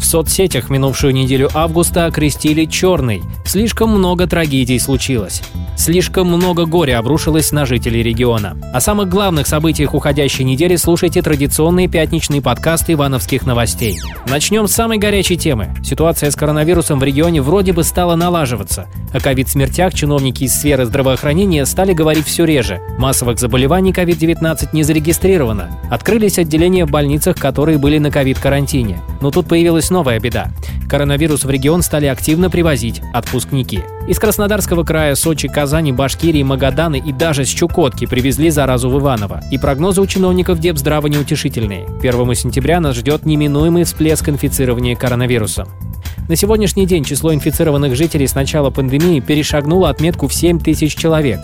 соцсетях минувшую неделю августа окрестили «черной». Слишком много трагедий случилось. Слишком много горя обрушилось на жителей региона. О самых главных событиях уходящей недели слушайте традиционный пятничный подкаст «Ивановских новостей». Начнем с самой горячей темы. Ситуация с коронавирусом в регионе вроде бы стала налаживаться. О ковид-смертях чиновники из сферы здравоохранения стали говорить все реже. Массовых заболеваний COVID-19 не зарегистрировано. Открылись отделения в больницах, которые были на ковид-карантине. Но тут появилась новая беда. Коронавирус в регион стали активно привозить отпускники. Из Краснодарского края, Сочи, Казани, Башкирии, Магадана и даже с Чукотки привезли заразу в Иваново. И прогнозы у чиновников Депздрава неутешительные. 1 сентября нас ждет неминуемый всплеск инфицирования коронавирусом. На сегодняшний день число инфицированных жителей с начала пандемии перешагнуло отметку в 7 тысяч человек.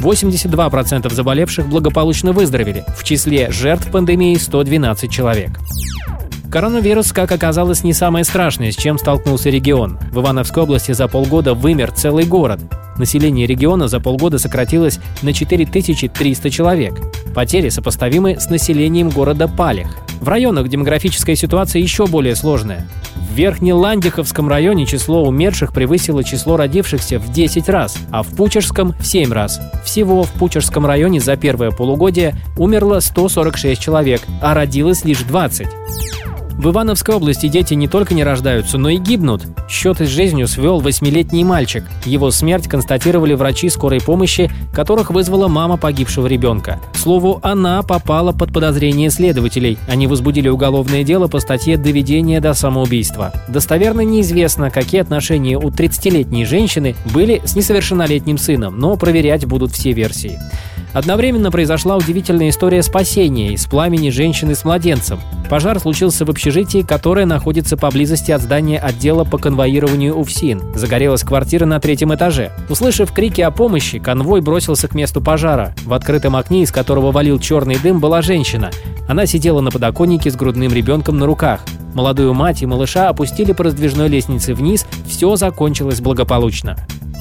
82% заболевших благополучно выздоровели. В числе жертв пандемии 112 человек. Коронавирус, как оказалось, не самое страшное, с чем столкнулся регион. В Ивановской области за полгода вымер целый город. Население региона за полгода сократилось на 4300 человек. Потери сопоставимы с населением города Палих. В районах демографическая ситуация еще более сложная. В Верхнеландиховском районе число умерших превысило число родившихся в 10 раз, а в Пучежском – в 7 раз. Всего в Пучежском районе за первое полугодие умерло 146 человек, а родилось лишь 20. В Ивановской области дети не только не рождаются, но и гибнут. Счеты с жизнью свел 8-летний мальчик. Его смерть констатировали врачи скорой помощи, которых вызвала мама погибшего ребенка. К слову, она попала под подозрение следователей. Они возбудили уголовное дело по статье «Доведение до самоубийства». Достоверно неизвестно, какие отношения у 30-летней женщины были с несовершеннолетним сыном, но проверять будут все версии. Одновременно произошла удивительная история спасения из пламени женщины с младенцем. Пожар случился в общежитии, которое находится поблизости от здания отдела по конвоированию УФСИН. Загорелась квартира на 3-м этаже. Услышав крики о помощи, конвой бросился к месту пожара. В открытом окне, из которого валил черный дым, была женщина. Она сидела на подоконнике с грудным ребенком на руках. Молодую мать и малыша опустили по раздвижной лестнице вниз. Все закончилось благополучно.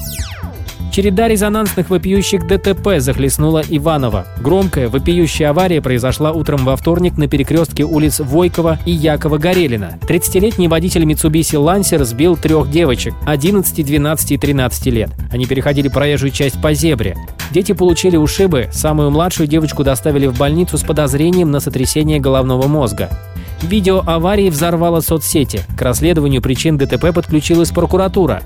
Череда резонансных вопиющих ДТП захлестнула Иваново. Громкая вопиющая авария произошла утром во вторник на перекрестке улиц Войкова и Якова-Горелина. 30-летний водитель Mitsubishi Lancer сбил 3 девочек – 11, 12 и 13 лет. Они переходили проезжую часть по зебре. Дети получили ушибы, самую младшую девочку доставили в больницу с подозрением на сотрясение головного мозга. Видео аварии взорвало соцсети. К расследованию причин ДТП подключилась прокуратура.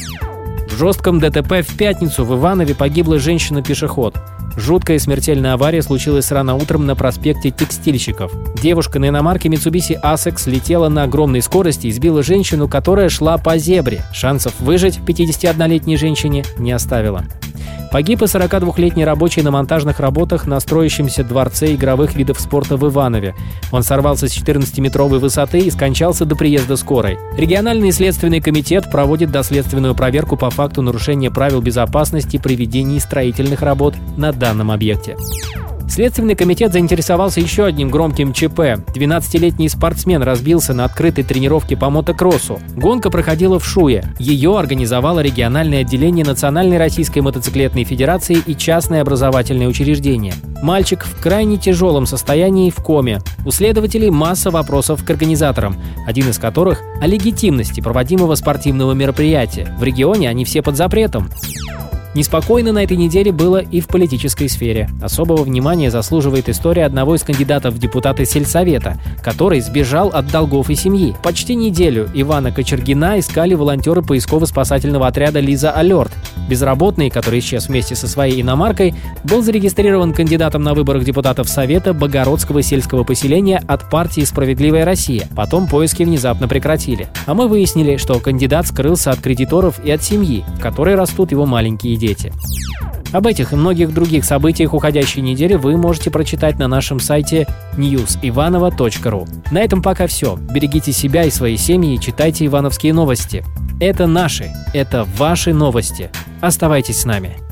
В жестком ДТП в пятницу в Иванове погибла женщина-пешеход. Жуткая смертельная авария случилась рано утром на проспекте Текстильщиков. Девушка на иномарке Mitsubishi ASEX летела на огромной скорости и сбила женщину, которая шла по зебре. Шансов выжить 51-летней женщине не оставила. Погиб и 42-летний рабочий на монтажных работах на строящемся дворце игровых видов спорта в Иванове. Он сорвался с 14-метровой высоты и скончался до приезда скорой. Региональный следственный комитет проводит доследственную проверку по факту нарушения правил безопасности при ведении строительных работ на данном объекте. Следственный комитет заинтересовался еще одним громким ЧП. 12-летний спортсмен разбился на открытой тренировке по мотокроссу. Гонка проходила в Шуе. Ее организовало региональное отделение Национальной Российской мотоциклетной федерации и частное образовательное учреждение. Мальчик в крайне тяжелом состоянии в коме. У следователей масса вопросов к организаторам, один из которых о легитимности проводимого спортивного мероприятия. В регионе они все под запретом. Неспокойно на этой неделе было и в политической сфере. Особого внимания заслуживает история одного из кандидатов в депутаты сельсовета, который сбежал от долгов и семьи. Почти неделю Ивана Кочергина искали волонтеры поисково-спасательного отряда «Лиза Алерт». Безработный, который исчез вместе со своей иномаркой, был зарегистрирован кандидатом на выборах депутатов Совета Богородского сельского поселения от партии «Справедливая Россия». Потом поиски внезапно прекратили. А мы выяснили, что кандидат скрылся от кредиторов и от семьи, в которой растут его маленькие дети. Об этих и многих других событиях уходящей недели вы можете прочитать на нашем сайте newsivanova.ru. На этом пока все. Берегите себя и свои семьи и читайте ивановские новости. Это наши, это ваши новости. Оставайтесь с нами.